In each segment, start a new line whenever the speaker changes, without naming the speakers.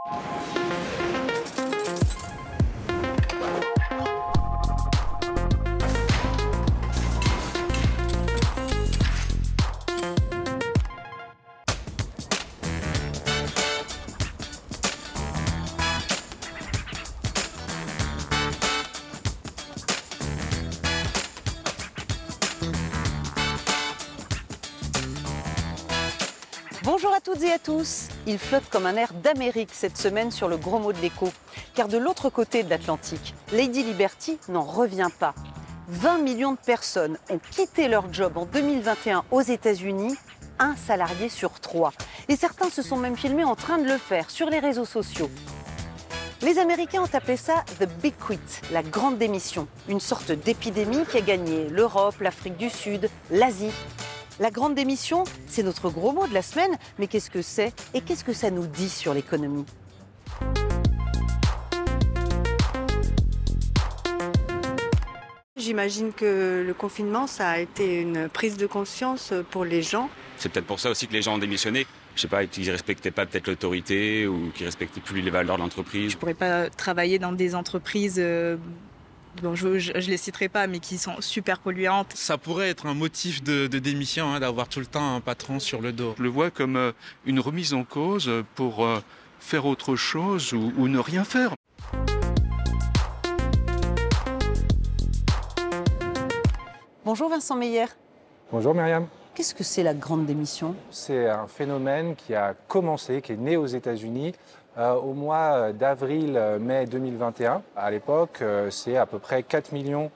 Bonjour à toutes et à tous. Il flotte comme un air d'Amérique cette semaine sur le gros mot de l'écho. Car de l'autre côté de l'Atlantique, Lady Liberty n'en revient pas. 20 millions de personnes ont quitté leur job en 2021 aux États-Unis, un salarié sur 3. Et certains se sont même filmés en train de le faire sur les réseaux sociaux. Les Américains ont appelé ça « The Big Quit », la grande démission. Une sorte d'épidémie qui a gagné l'Europe, l'Afrique du Sud, l'Asie. La grande démission, c'est notre gros mot de la semaine, mais qu'est-ce que c'est et qu'est-ce que ça nous dit sur l'économie ?
J'imagine que le confinement, ça a été une prise de conscience pour les gens.
C'est peut-être pour ça aussi que les gens ont démissionné. Je sais pas, qu'ils ne respectaient pas peut-être l'autorité ou qu'ils ne respectaient plus les valeurs de l'entreprise.
Je ne pourrais pas travailler dans des entreprises... Bon, je les citerai pas, mais qui sont super polluantes.
Ça pourrait être un motif de démission, d'avoir tout le temps un patron sur le dos.
Je le vois comme une remise en cause pour faire autre chose ou ne rien faire.
Bonjour Vincent Meyer.
Bonjour Myriam.
Qu'est-ce que c'est la grande démission ?
C'est un phénomène qui a commencé, qui est né aux États-Unis au mois d'avril-mai 2021. À l'époque, c'est à peu près 4 millions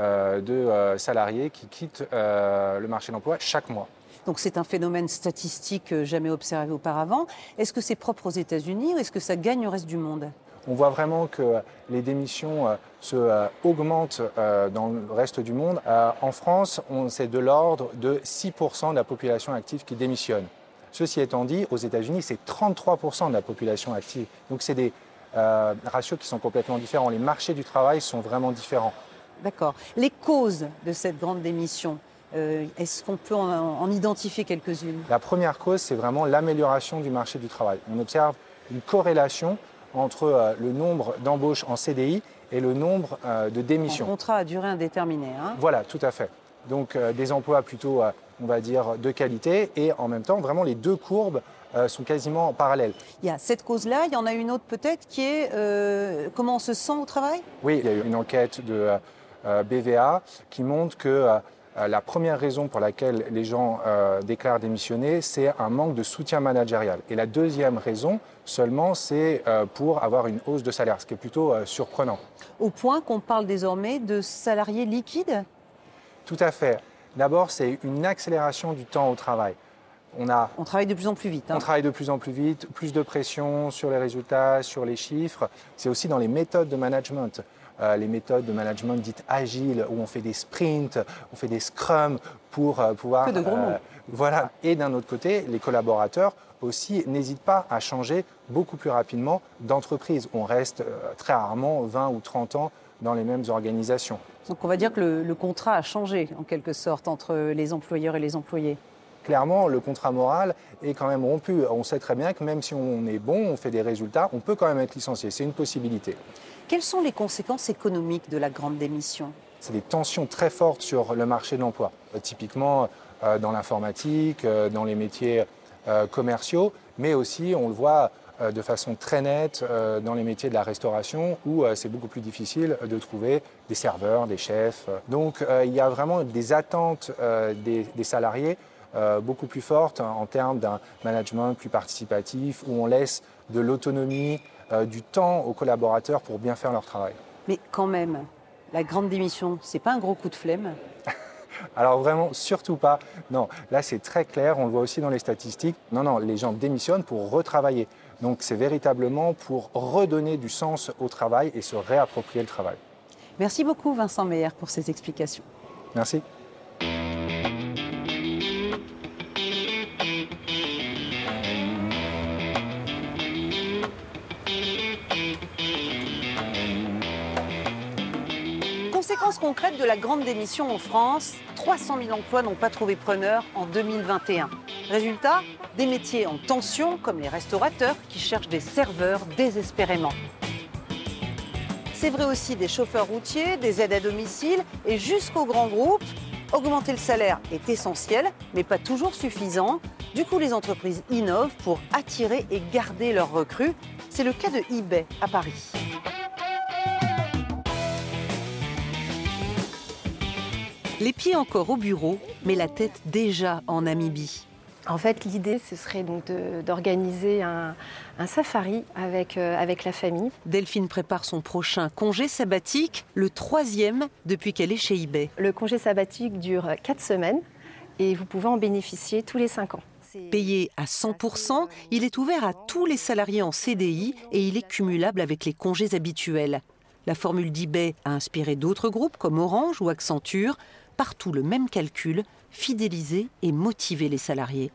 de salariés qui quittent le marché de l'emploi chaque mois.
Donc c'est un phénomène statistique jamais observé auparavant. Est-ce que c'est propre aux États-Unis ou est-ce que ça gagne au reste du monde ?
On voit vraiment que les démissions augmentent dans le reste du monde. En France, c'est de l'ordre de 6% de la population active qui démissionne. Ceci étant dit, aux États-Unis, c'est 33% de la population active. Donc c'est des ratios qui sont complètement différents. Les marchés du travail sont vraiment différents.
D'accord. Les causes de cette grande démission, est-ce qu'on peut en identifier quelques-unes ?
La première cause, c'est vraiment l'amélioration du marché du travail. On observe une corrélation entre le nombre d'embauches en CDI et le nombre de démissions.
Un contrat à durée indéterminée.
Voilà, tout à fait. Donc des emplois plutôt, on va dire, de qualité et en même temps, vraiment les deux courbes sont quasiment parallèles.
Il y a cette cause-là, il y en a une autre peut-être qui est comment on se sent au travail ?
Oui, il y a eu une enquête de BVA qui montre que la première raison pour laquelle les gens déclarent démissionner, c'est un manque de soutien managérial. Et la deuxième raison seulement, c'est pour avoir une hausse de salaire, ce qui est plutôt surprenant.
Au point qu'on parle désormais de salariés liquides ?
Tout à fait. D'abord, c'est une accélération du temps au travail.
On travaille de plus en plus vite.
On travaille de plus en plus vite, plus de pression sur les résultats, sur les chiffres. C'est aussi dans les méthodes de management. Les méthodes de management dites agiles, où on fait des sprints, on fait des scrums pour pouvoir...
Que de gros mots.
Voilà. Et d'un autre côté, les collaborateurs aussi n'hésitent pas à changer beaucoup plus rapidement d'entreprise. On reste très rarement 20 ou 30 ans dans les mêmes organisations.
Donc on va dire que le contrat a changé en quelque sorte entre les employeurs et les employés.
Clairement, le contrat moral est quand même rompu. On sait très bien que même si on est bon, on fait des résultats, on peut quand même être licencié. C'est une possibilité.
Quelles sont les conséquences économiques de la grande démission ?
C'est des tensions très fortes sur le marché de l'emploi. Typiquement dans l'informatique, dans les métiers commerciaux, mais aussi, on le voit de façon très nette dans les métiers de la restauration où c'est beaucoup plus difficile de trouver des serveurs, des chefs. Donc il y a vraiment des attentes des salariés beaucoup plus fortes en termes d'un management plus participatif où on laisse de l'autonomie, du temps aux collaborateurs pour bien faire leur travail.
Mais quand même, la grande démission, c'est pas un gros coup de flemme ?
Alors vraiment, surtout pas. Non, là c'est très clair, on le voit aussi dans les statistiques. Non, les gens démissionnent pour retravailler. Donc c'est véritablement pour redonner du sens au travail et se réapproprier le travail.
Merci beaucoup Vincent Meyer pour ces explications.
Merci.
Conséquence concrète de la grande démission en France, 300 000 emplois n'ont pas trouvé preneur en 2021. Résultat, des métiers en tension comme les restaurateurs qui cherchent des serveurs désespérément. C'est vrai aussi des chauffeurs routiers, des aides à domicile et jusqu'aux grands groupes. Augmenter le salaire est essentiel, mais pas toujours suffisant. Du coup, les entreprises innovent pour attirer et garder leurs recrues. C'est le cas de eBay à Paris. Les pieds encore au bureau, mais la tête déjà en Namibie.
En fait, l'idée, ce serait donc d'organiser un safari avec la famille.
Delphine prépare son prochain congé sabbatique, le 3e depuis qu'elle est chez eBay.
Le congé sabbatique dure 4 semaines et vous pouvez en bénéficier tous les 5 ans.
Payé à 100%, il est ouvert à tous les salariés en CDI et il est cumulable avec les congés habituels. La formule d'eBay a inspiré d'autres groupes comme Orange ou Accenture. Partout le même calcul, fidéliser et motiver les salariés.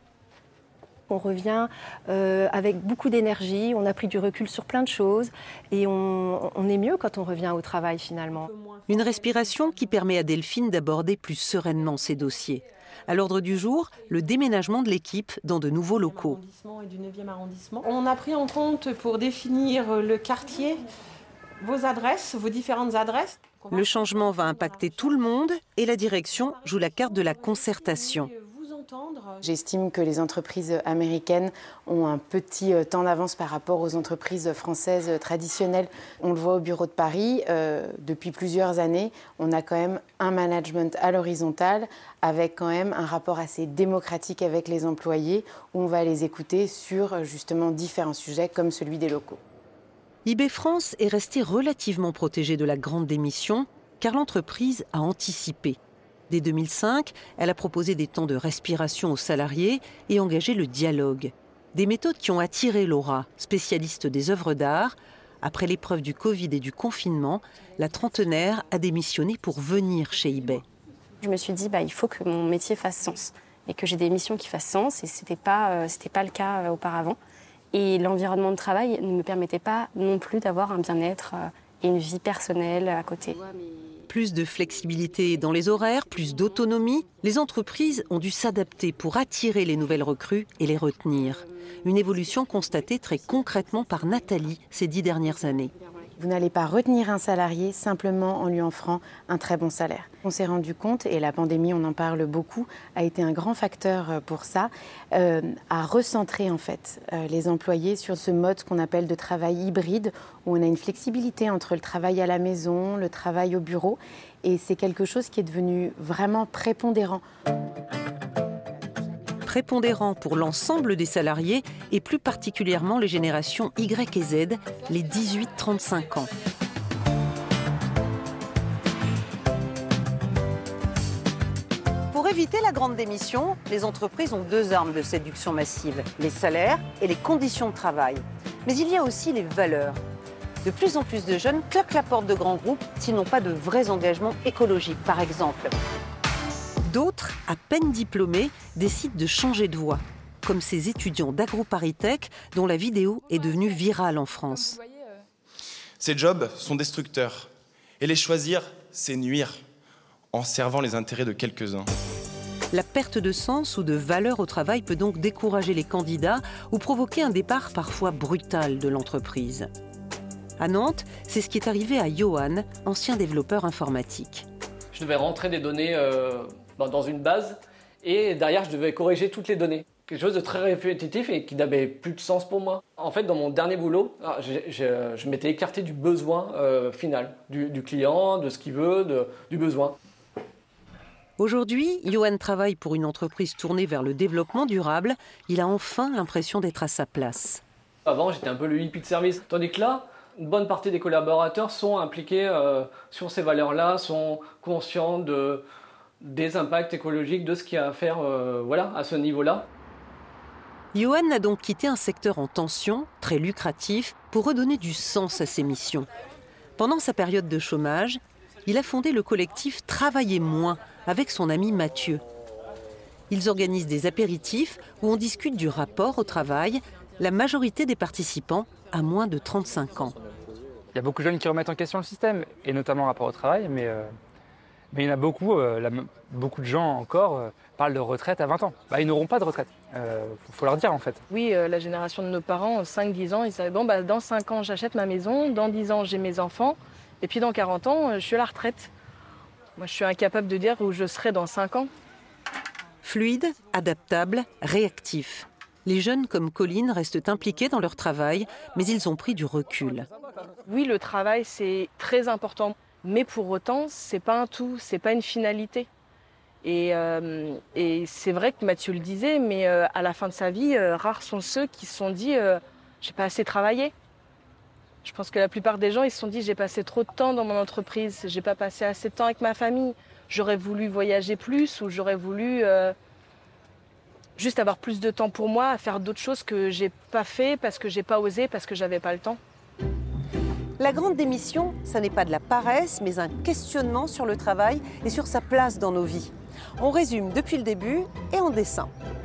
On revient avec beaucoup d'énergie, on a pris du recul sur plein de choses et on est mieux quand on revient au travail finalement.
Une respiration qui permet à Delphine d'aborder plus sereinement ses dossiers. À l'ordre du jour, le déménagement de l'équipe dans de nouveaux locaux.
Et du 9e arrondissement. On a pris en compte pour définir le quartier, vos adresses, vos différentes adresses.
Le changement va impacter tout le monde et la direction joue la carte de la concertation.
J'estime que les entreprises américaines ont un petit temps d'avance par rapport aux entreprises françaises traditionnelles. On le voit au bureau de Paris, depuis plusieurs années, on a quand même un management à l'horizontale avec quand même un rapport assez démocratique avec les employés où on va les écouter sur justement différents sujets comme celui des locaux.
eBay France est restée relativement protégée de la grande démission car l'entreprise a anticipé. Dès 2005, elle a proposé des temps de respiration aux salariés et engagé le dialogue. Des méthodes qui ont attiré Laura, spécialiste des œuvres d'art. Après l'épreuve du Covid et du confinement, la trentenaire a démissionné pour venir chez eBay.
Je me suis dit, il faut que mon métier fasse sens et que j'ai des missions qui fassent sens et ce n'était pas le cas auparavant. Et l'environnement de travail ne me permettait pas non plus d'avoir un bien-être et une vie personnelle à côté.
Plus de flexibilité dans les horaires, plus d'autonomie, les entreprises ont dû s'adapter pour attirer les nouvelles recrues et les retenir. Une évolution constatée très concrètement par Nathalie ces 10 dernières années.
Vous n'allez pas retenir un salarié simplement en lui offrant un très bon salaire. On s'est rendu compte, et la pandémie, on en parle beaucoup, a été un grand facteur pour ça, à recentrer en fait les employés sur ce mode qu'on appelle de travail hybride, où on a une flexibilité entre le travail à la maison, le travail au bureau, et c'est quelque chose qui est devenu vraiment prépondérant.
Prépondérant pour l'ensemble des salariés et plus particulièrement les générations Y et Z, les 18-35 ans. Pour éviter la grande démission, les entreprises ont 2 armes de séduction massive, les salaires et les conditions de travail. Mais il y a aussi les valeurs. De plus en plus de jeunes claquent la porte de grands groupes s'ils n'ont pas de vrais engagements écologiques, par exemple. D'autres, à peine diplômés, décident de changer de voie, comme ces étudiants d'AgroParisTech dont la vidéo est devenue virale en France.
Ces jobs sont destructeurs et les choisir, c'est nuire, en servant les intérêts de quelques-uns.
La perte de sens ou de valeur au travail peut donc décourager les candidats ou provoquer un départ parfois brutal de l'entreprise. À Nantes, c'est ce qui est arrivé à Johan, ancien développeur informatique.
Je devais rentrer des données dans une base et derrière je devais corriger toutes les données. Quelque chose de très répétitif et qui n'avait plus de sens pour moi. En fait, dans mon dernier boulot, je m'étais écarté du besoin final, du client, de ce qu'il veut, du besoin.
Aujourd'hui, Johan travaille pour une entreprise tournée vers le développement durable. Il a enfin l'impression d'être à sa place.
Avant, j'étais un peu le hippie de service, tandis que là, une bonne partie des collaborateurs sont impliqués sur ces valeurs-là, sont conscients des impacts écologiques, de ce qu'il y a à faire à ce niveau-là.
Johan a donc quitté un secteur en tension, très lucratif, pour redonner du sens à ses missions. Pendant sa période de chômage, il a fondé le collectif Travailler moins avec son ami Mathieu. Ils organisent des apéritifs où on discute du rapport au travail. La majorité des participants a moins de 35 ans.
Il y a beaucoup de jeunes qui remettent en question le système, et notamment le rapport au travail, mais il y en a beaucoup, beaucoup de gens encore parlent de retraite à 20 ans. Ils n'auront pas de retraite. Faut leur dire en fait.
Oui, la génération de nos parents, 5-10 ans, ils savaient, dans 5 ans, j'achète ma maison, dans 10 ans, j'ai mes enfants, et puis dans 40 ans, je suis à la retraite. Moi, je suis incapable de dire où je serai dans 5 ans.
Fluide, adaptable, réactif. Les jeunes comme Colline restent impliqués dans leur travail, mais ils ont pris du recul.
Oui, le travail, c'est très important. Mais pour autant, c'est pas un tout, c'est pas une finalité. Et c'est vrai que Mathieu le disait, mais à la fin de sa vie, rares sont ceux qui se sont dit j'ai pas assez travaillé. Je pense que la plupart des gens, ils se sont dit j'ai passé trop de temps dans mon entreprise, j'ai pas passé assez de temps avec ma famille. J'aurais voulu voyager plus ou j'aurais voulu juste avoir plus de temps pour moi, à faire d'autres choses que j'ai pas fait parce que j'ai pas osé, parce que j'avais pas le temps.
La grande démission, ça n'est pas de la paresse, mais un questionnement sur le travail et sur sa place dans nos vies. On résume depuis le début et en dessin.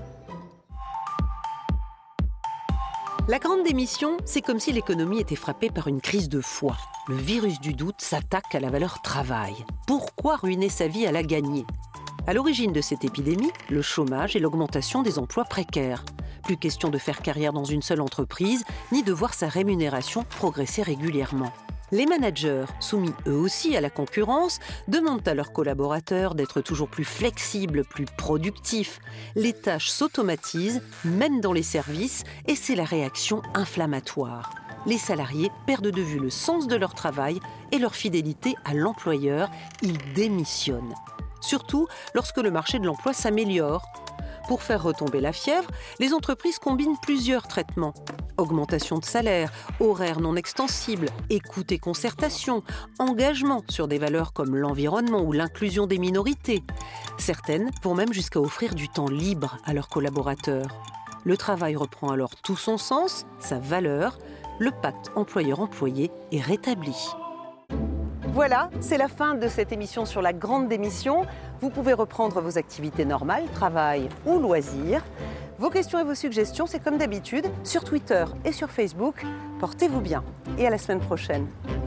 La grande démission, c'est comme si l'économie était frappée par une crise de foi. Le virus du doute s'attaque à la valeur travail. Pourquoi ruiner sa vie à la gagner ? À l'origine de cette épidémie, le chômage et l'augmentation des emplois précaires. Plus question de faire carrière dans une seule entreprise, ni de voir sa rémunération progresser régulièrement. Les managers, soumis eux aussi à la concurrence, demandent à leurs collaborateurs d'être toujours plus flexibles, plus productifs. Les tâches s'automatisent, même dans les services, et c'est la réaction inflammatoire. Les salariés perdent de vue le sens de leur travail et leur fidélité à l'employeur. Ils démissionnent. Surtout lorsque le marché de l'emploi s'améliore. Pour faire retomber la fièvre, les entreprises combinent plusieurs traitements. Augmentation de salaire, horaires non extensibles, écoute et concertation, engagement sur des valeurs comme l'environnement ou l'inclusion des minorités. Certaines vont même jusqu'à offrir du temps libre à leurs collaborateurs. Le travail reprend alors tout son sens, sa valeur. Le pacte employeur-employé est rétabli. Voilà, c'est la fin de cette émission sur la grande démission. Vous pouvez reprendre vos activités normales, travail ou loisirs. Vos questions et vos suggestions, c'est comme d'habitude, sur Twitter et sur Facebook. Portez-vous bien et à la semaine prochaine.